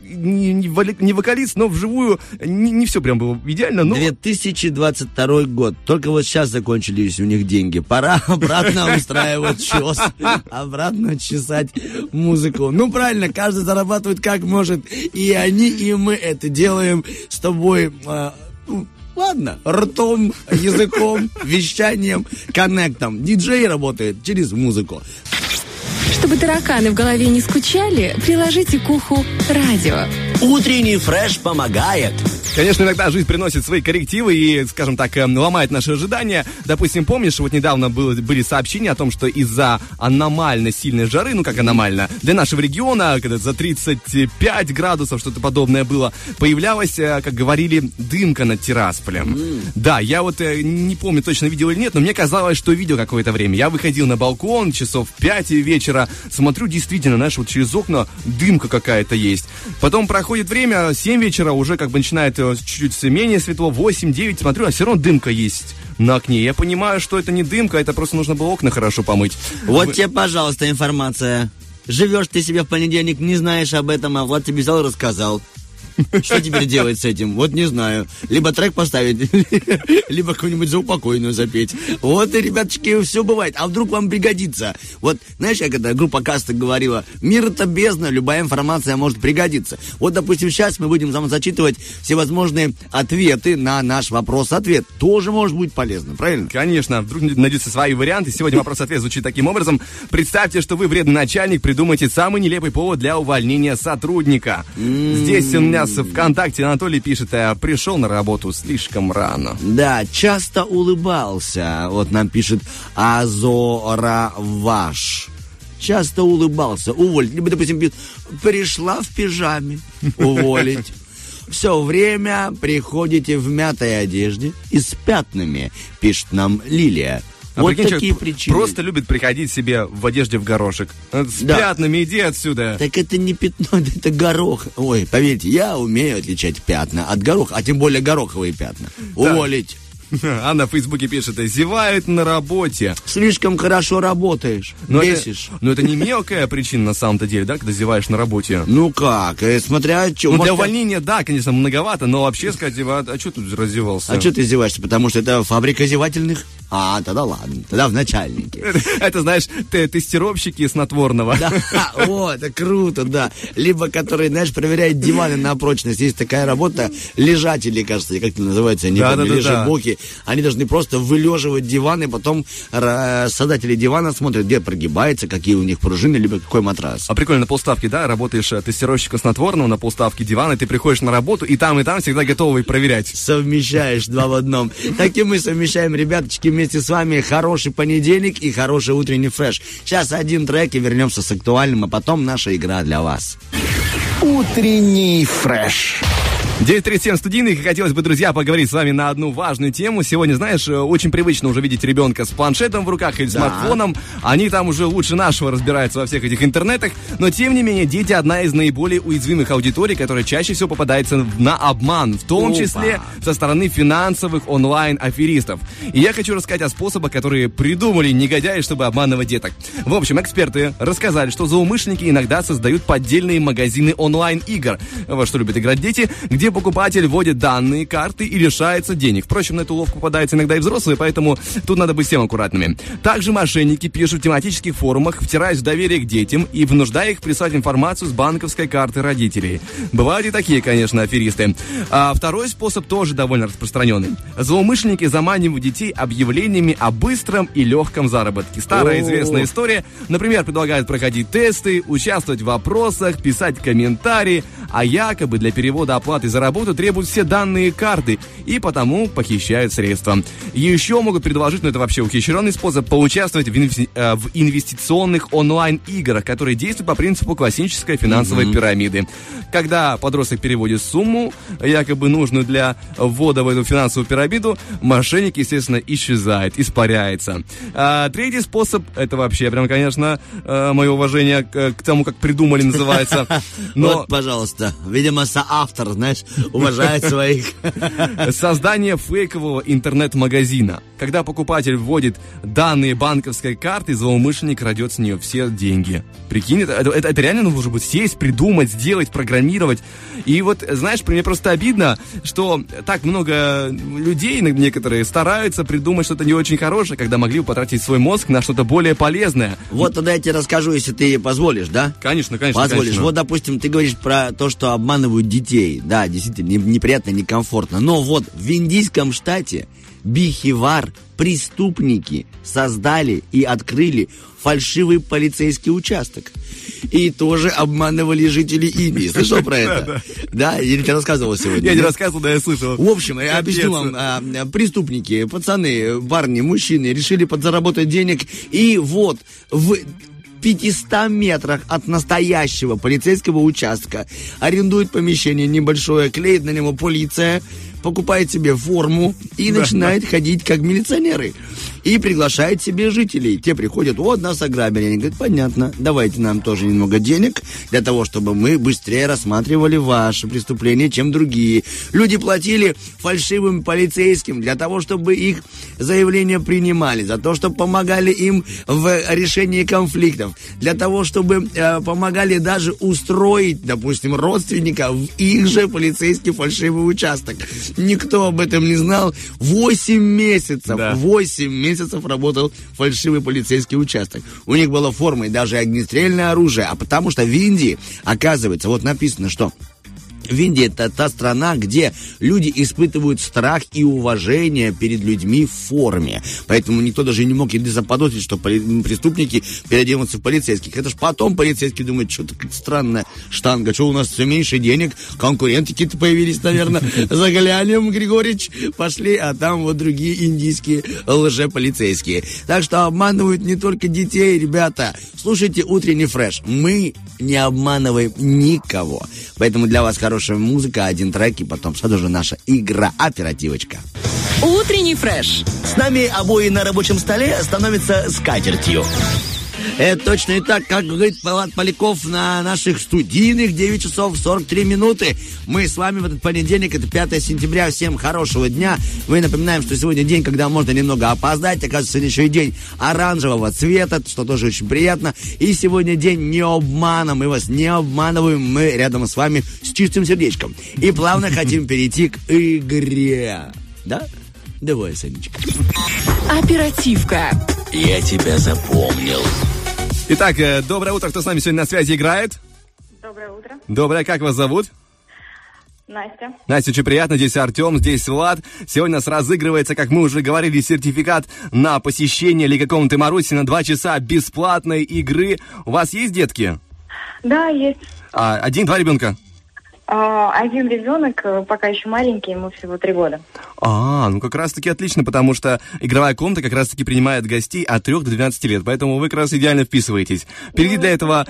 не вокалист, но вживую не все прям было идеально. Но... 2022 год. Только вот сейчас закончились у них деньги. Пора обратно устраивать чес. Обратно чесать музыку. Ну, правильно, каждый зарабатывает как может. И они, и мы это делаем с тобой... Ладно, ртом, языком, вещанием, коннектом. Диджей работает через музыку. Чтобы тараканы в голове не скучали, приложите к уху радио. Утренний фреш помогает. Конечно, иногда жизнь приносит свои коррективы и, скажем так, ломает наши ожидания. Допустим, помнишь, вот недавно были сообщения о том, что из-за аномально сильной жары, ну как аномально, для нашего региона, когда за 35 градусов что-то подобное было, появлялась, как говорили, дымка над Тирасполем. Да, я вот не помню точно, видел или нет, но мне казалось, что видел какое-то время. Я выходил на балкон часов 5 вечера, смотрю, действительно, знаешь, вот через окна дымка какая-то есть. Потом проходит время, 7 вечера, уже как бы начинает чуть-чуть менее светло, 8-9, смотрю, а все равно дымка есть на окне. Я понимаю, что это не дымка, это просто нужно было окна хорошо помыть. Вот тебе, пожалуйста, информация. Живешь ты себе в понедельник, не знаешь об этом, а Влад тебе взял и рассказал. Что теперь делать с этим? Вот не знаю. Либо трек поставить, либо какую-нибудь заупокойную запеть. Вот, и, ребяточки, все бывает. А вдруг вам пригодится? Вот, знаешь, как эта группа Каста говорила, мир это бездна, любая информация может пригодиться. Вот, допустим, сейчас мы будем вам зачитывать всевозможные ответы на наш вопрос-ответ. Тоже может быть полезно, правильно? Конечно, вдруг найдутся свои варианты. Сегодня вопрос-ответ звучит таким образом. Представьте, что вы вредный начальник, придумайте самый нелепый повод для увольнения сотрудника. Здесь у меня в ВКонтакте Анатолий пишет, пришел на работу слишком рано. Да, часто улыбался. Вот нам пишет Азораваш. Часто улыбался. Уволить. Либо, допустим, пишет, пришла в пижаме. Уволить. Все время приходите в мятой одежде и с пятнами, пишет нам Лилия. Вот прикинь, такие причины. Просто любит приходить себе в одежде в горошек. С пятнами, иди отсюда. Так это не пятно, это горох. Ой, поверьте, я умею отличать пятна от гороха, а тем более гороховые пятна. Уволить. Анна в Фейсбуке пишет, зевает на работе. Слишком хорошо работаешь, бесишь. Но это не мелкая причина на самом-то деле, да, когда зеваешь на работе? Ну как, смотря что. Ну, для увольнения, да, конечно, многовато, но вообще сказать, а что тут раздевался? А что ты зеваешься? Потому что это фабрика зевательных? А, тогда ладно, тогда в начальнике. Это, знаешь, тестировщики снотворного. Да, о, это круто, да. Либо которые, знаешь, проверяют диваны на прочность. Есть такая работа, лежатели, кажется, как это называется, я не помню, лежебоки. Они должны просто вылеживать диваны, потом создатели дивана смотрят, где прогибается, какие у них пружины, либо какой матрас. А прикольно, на полставки, да, работаешь тестировщиком снотворного, на полставки дивана, и ты приходишь на работу, и там всегда готовый проверять. Совмещаешь два в одном. Так и мы совмещаем, ребяточки, вместе с вами хороший понедельник и хороший утренний фреш. Сейчас один трек и вернемся с актуальным, а потом наша игра для вас. Утренний фреш. 9:37 студийный, и хотелось бы, друзья, поговорить с вами на одну важную тему. Сегодня, знаешь, очень привычно уже видеть ребенка с планшетом в руках или смартфоном. Они там уже лучше нашего разбираются во всех этих интернетах. Но, тем не менее, дети одна из наиболее уязвимых аудиторий, которая чаще всего попадается на обман, в том числе со стороны финансовых онлайн-аферистов. И я хочу рассказать о способах, которые придумали негодяи, чтобы обманывать деток. В общем, эксперты рассказали, что злоумышленники иногда создают поддельные магазины онлайн-игр, во что любят играть дети, где покупатель вводит данные карты и лишается денег. Впрочем, на эту уловку попадаются иногда и взрослые, поэтому тут надо быть всем аккуратными. Также мошенники пишут в тематических форумах, втираясь в доверие к детям и вынуждая их прислать информацию с банковской карты родителей. Бывают и такие, конечно, аферисты. А второй способ тоже довольно распространенный. Злоумышленники заманивают детей объявлениями о быстром и легком заработке. Старая известная история. Например, предлагают проходить тесты, участвовать в вопросах, писать комментарии, а якобы для перевода оплаты за работу требуют все данные карты и потому похищают средства. Еще могут предложить, это вообще ухищренный способ, поучаствовать в инвестиционных онлайн-играх, которые действуют по принципу классической финансовой пирамиды. Когда подросток переводит сумму, якобы нужную для ввода в эту финансовую пирамиду, мошенник, естественно, исчезает, испаряется. Третий способ, это вообще прям, конечно, мое уважение к тому, как придумали, называется. Но... Вот, пожалуйста, видимо, соавтор, знаешь, уважает своих. Создание фейкового интернет-магазина. Когда покупатель вводит данные банковской карты, злоумышленник крадет с нее все деньги. Прикинь, это реально нужно будет сесть, придумать, сделать, программировать. И вот, знаешь, мне просто обидно, что так много людей, некоторые, стараются придумать что-то не очень хорошее, когда могли бы потратить свой мозг на что-то более полезное. Вот тогда я тебе расскажу, если ты позволишь, да? Конечно, конечно. Позволишь. Конечно. Вот, допустим, ты говоришь про то, что обманывают детей. Да, действительно, неприятно, некомфортно. Но вот в индийском штате Бихивар преступники создали и открыли фальшивый полицейский участок. И тоже обманывали жителей Индии. Слышал про это? Да? Или ты рассказывал сегодня? Я не рассказывал, да я слышал. В общем, я объясню вам. Преступники, пацаны, парни, мужчины решили подзаработать денег. И вот в 500 метрах от настоящего полицейского участка арендует помещение небольшое, клеит на него полиция, покупает себе форму и начинает ходить как милиционеры. и приглашает себе жителей. Те приходят, вот нас ограбили. Они говорят, понятно, давайте нам тоже немного денег для того, чтобы мы быстрее рассматривали ваши преступления, чем другие. Люди платили фальшивым полицейским для того, чтобы их заявления принимали, за то, чтобы помогали им в решении конфликтов, для того, чтобы помогали даже устроить, допустим, родственника в их же полицейский фальшивый участок. Никто об этом не знал. 8 месяцев. Да. 8 месяцев работал фальшивый полицейский участок. У них была форма и даже огнестрельное оружие. А потому что в Индии, оказывается, вот написано, что в Индии это та страна, где люди испытывают страх и уважение перед людьми в форме. Поэтому никто даже не мог заподозрить, что преступники переоденутся в полицейских. Это ж потом полицейский думает, что такая странная штанга, что у нас все меньше денег, конкуренты какие-то появились, наверное. Заглянем, Григорьевич, пошли, а там вот другие индийские лжеполицейские. Так что обманывают не только детей, ребята. Слушайте утренний фреш. Мы не обманываем никого. Поэтому для вас хорошая музыка, один трек, и потом сразу же наша игра-оперативочка. Утренний фреш. С нами обои на рабочем столе становятся скатертью. Это точно и так, как говорит Влад Поляков на наших студийных 9 часов 43 минуты. Мы с вами в этот понедельник, это 5 сентября. Всем хорошего дня. Мы напоминаем, что сегодня день, когда можно немного опоздать. Оказывается, сегодня еще и день оранжевого цвета, что тоже очень приятно. И сегодня день не обмана. Мы вас не обманываем. Мы рядом с вами с чистым сердечком. И плавно хотим перейти к игре. Да? Давай, Санечка. Оперативка. Я тебя запомнил. Итак, доброе утро. Кто с нами сегодня на связи играет? Доброе утро. Доброе. Как вас зовут? Настя. Настя, очень приятно. Здесь Артем, здесь Влад. Сегодня у нас разыгрывается, как мы уже говорили, сертификат на посещение Лига комнаты Маруси на 2 часа бесплатной игры. У вас есть детки? Да, есть. 1-2 ребенка? Один ребенок, пока еще маленький, ему всего 3 года. Ну как раз-таки отлично, потому что игровая комната как раз-таки принимает гостей от 3 до 12 лет, поэтому вы как раз идеально вписываетесь. Впереди для этого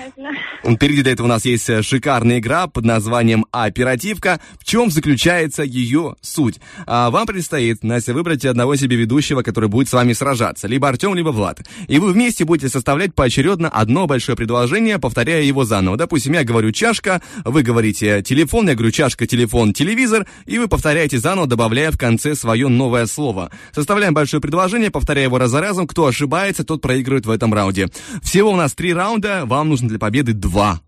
у нас есть шикарная игра под названием «Оперативка». В чем заключается ее суть? Вам предстоит, Настя, выбрать одного себе ведущего, который будет с вами сражаться. Либо Артем, либо Влад. И вы вместе будете составлять поочередно одно большое предложение, повторяя его заново. Допустим, я говорю «чашка», вы говорите «телефон», я говорю «чашка», «телефон», «телевизор», и вы повторяете заново, добавляя в конце свое новое слово. Составляем большое предложение, повторяя его раз за разом. Кто ошибается, тот проигрывает в этом раунде. Всего у нас 3 раунда, вам нужно для победы 2.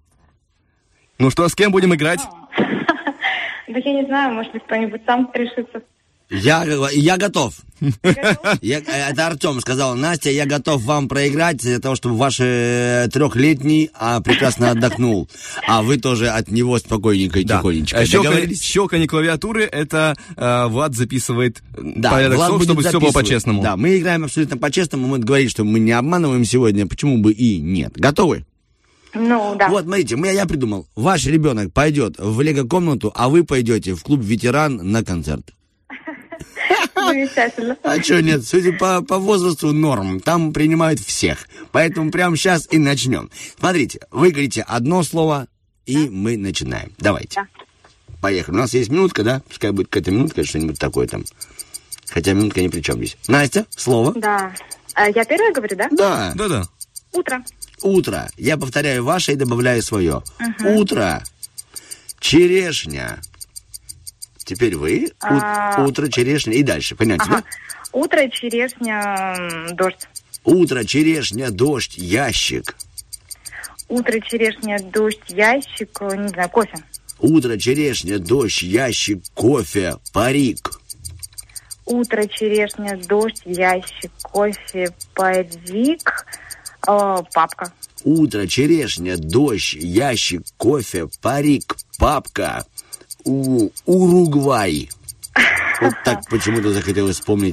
Ну что, с кем будем играть? Да я не знаю, может быть, кто-нибудь сам решится. Я готов. Это Артем сказал: Настя, я готов вам проиграть для того, чтобы ваш 3-летний прекрасно отдохнул. А вы тоже от него спокойненько и тихонечко. Щелканье клавиатуры, это Влад записывает порядок слов, чтобы все было по-честному. Да, мы играем абсолютно по-честному. Мы говорим, что мы не обманываем сегодня, почему бы и нет. Готовы? Ну, да. Вот, смотрите, я придумал. Ваш ребенок пойдет в лего-комнату, а вы пойдете в клуб «Ветеран» на концерт. Замечательно. А что нет, судя по возрасту норм, там принимают всех. Поэтому прямо сейчас и начнем. Смотрите, вы говорите одно слово, и мы начинаем. Давайте. Да. Поехали. У нас есть минутка, да? Пускай будет какая-то минутка, что-нибудь такое там. Хотя минутка ни при чем здесь. Настя, слово. Да. Я первая говорю, да? Да. Да-да. Утро. Утро. Я повторяю ваше и добавляю свое. Утро. Черешня. Теперь вы. Утро, черешня и дальше. Понимаете, да? Утро, черешня, дождь. Утро, черешня, дождь, ящик. Утро, черешня, дождь, ящик, не знаю, кофе. Утро, черешня, дождь, ящик, кофе, парик. Утро, черешня, дождь, ящик, кофе, парик, папка. Утро, черешня, дождь, ящик, кофе, парик, папка. Уругвай. Вот так почему-то захотелось вспомнить.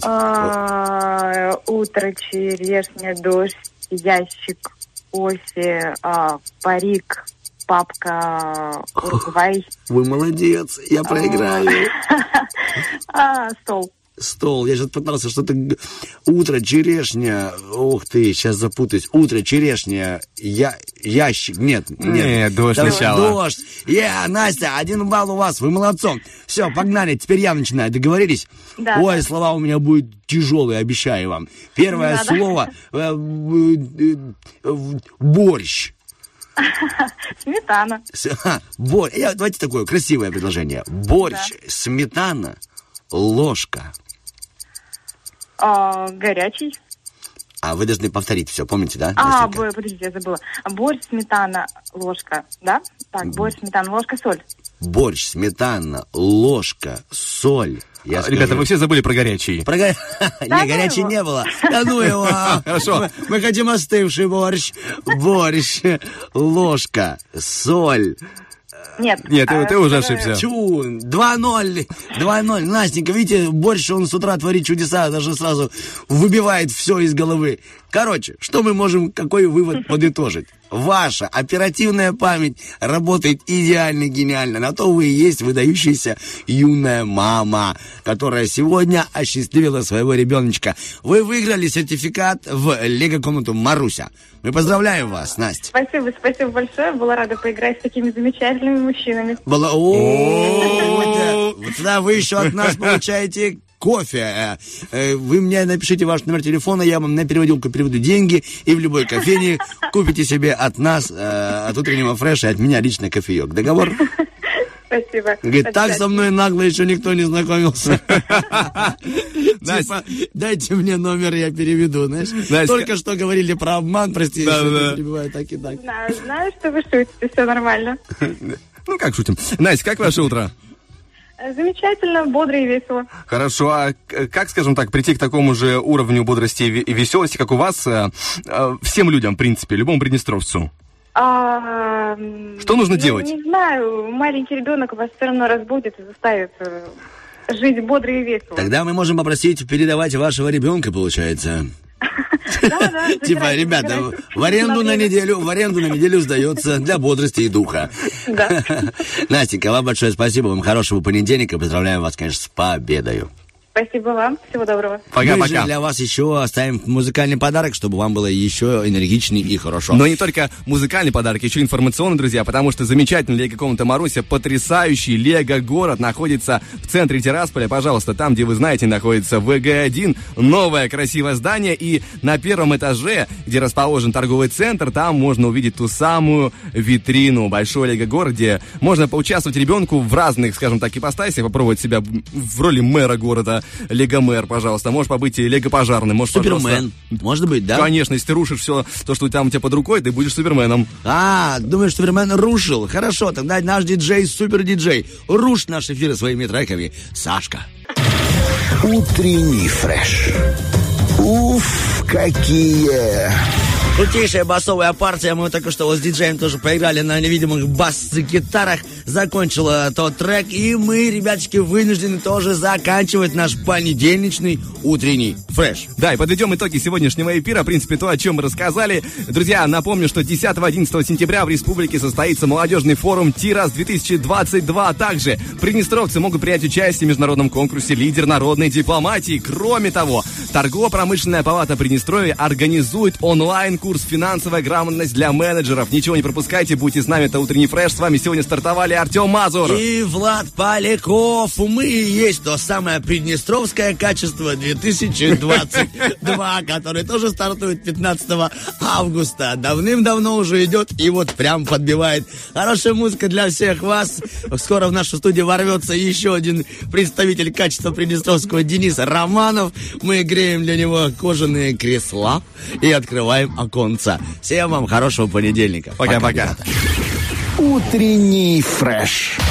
Утро, черешня, дождь, ящик, кофе, парик, папка, Уругвай. Вы молодец, я проиграю. Стол. стол. Я сейчас пытался что-то... Утро, черешня. Ух ты, сейчас запутаюсь. Утро, черешня, ящик. Нет. Дождь сначала. Дождь. Настя, 1 балл у вас, вы молодцом. Все, погнали, теперь я начинаю. Договорились? Да. Ой, слова у меня будут тяжелые, обещаю вам. Первое слово борщ. Сметана. Давайте такое красивое предложение. Борщ, сметана, ложка. Горячий. А вы должны повторить все, помните, да? Подождите, я забыла. Борщ, сметана, ложка, да? Так, борщ, сметана, ложка, соль. Борщ, сметана, ложка, соль. Ребята, вы все забыли про горячий. Горячий не было. Да ну его. Хорошо. Мы хотим остывший борщ. Борщ, ложка, соль. Нет, ты уже ошибся. 2-0. Настенька, видите, борщ, он с утра творит чудеса, даже сразу выбивает все из головы. Короче, что мы можем, какой вывод подытожить? Ваша оперативная память работает идеально, гениально. На то вы и есть выдающаяся юная мама, которая сегодня осчастливила своего ребеночка. Вы выиграли сертификат в лего-комнату Маруся. Мы поздравляем вас, Настя. Спасибо большое. Была рада поиграть с такими замечательными мужчинами. Да, вы еще от нас получаете кофе. Вы мне напишите ваш номер телефона, я вам на переводилку переведу деньги, и в любой кофейне купите себе от нас, от утреннего фреша, от меня лично кофеек. Договор? Спасибо. Говорит, так со мной нагло еще никто не знакомился. Дайте мне номер, я переведу, знаешь. Только что говорили про обман, прости, я перебиваю так и так. Знаю, что вы шутите, все нормально. Ну, как шутим. Настя, как ваше утро? Замечательно, бодро и весело. Хорошо, а как, скажем так, прийти к такому же уровню бодрости и веселости, как у вас, всем людям, в принципе, любому приднестровцу? Что нужно делать? Не знаю, маленький ребенок вас все равно разбудит и заставит жить бодро и весело. Тогда мы можем попросить передавать вашего ребенка, получается. Да. Типа, ребята, в аренду на неделю сдается для бодрости и духа. Да. Настенька, вам большое спасибо, вам хорошего понедельника, поздравляем вас, конечно, с победою. Спасибо вам, всего доброго. Пока-пока. Мы же для вас еще оставим музыкальный подарок, чтобы вам было еще энергичнее и хорошо. Но не только музыкальный подарок, еще информационный, друзья, потому что замечательный лего-комната Маруся, потрясающий лего-город, находится в центре Тирасполя. Пожалуйста, там, где вы знаете, находится ВГ-1, новое красивое здание, и на первом этаже, где расположен торговый центр, там можно увидеть ту самую витрину, большой лего-город, где можно поучаствовать ребенку в разных, скажем так, ипостасях, попробовать себя в роли мэра города. Лего-мэр, пожалуйста. Можешь побыть лего-пожарным. Можешь, Супермен. Может быть, да? Конечно, если ты рушишь все то, что там у тебя под рукой, ты будешь Суперменом. Думаешь, Супермен рушил? Хорошо, тогда наш диджей, супер-диджей, рушь наши эфиры своими треками. Сашка. Утренний фреш. Уф, какие... Крутейшая басовая партия. Мы только что с диджеем тоже поиграли на невидимых бас-гитарах. Закончила тот трек. И мы, ребяточки, вынуждены тоже заканчивать наш понедельничный утренний фреш. Да, и подведем итоги сегодняшнего эфира. В принципе, то, о чем мы рассказали. Друзья, напомню, что 10-11 сентября в республике состоится молодежный форум «Тирас-2022». Также приднестровцы могут принять участие в международном конкурсе «Лидер народной дипломатии». Кроме того, торгово-промышленная палата Приднестровья организует онлайн-курс «Финансовая грамотность для менеджеров». Ничего не пропускайте, будьте с нами, это утренний фреш. С вами сегодня стартовали Артем Мазур и Влад Поляков. Мы и есть то самое приднестровское качество 2022, которое тоже стартует 15 августа. Давным-давно уже идет и вот прям подбивает. Хорошая музыка для всех вас. Скоро в нашу студию ворвется еще один представитель качества приднестровского, Денис Романов. Мы греем для него кожаные кресла и открываем оконца. Всем вам хорошего понедельника. Пока-пока. Утренний фреш.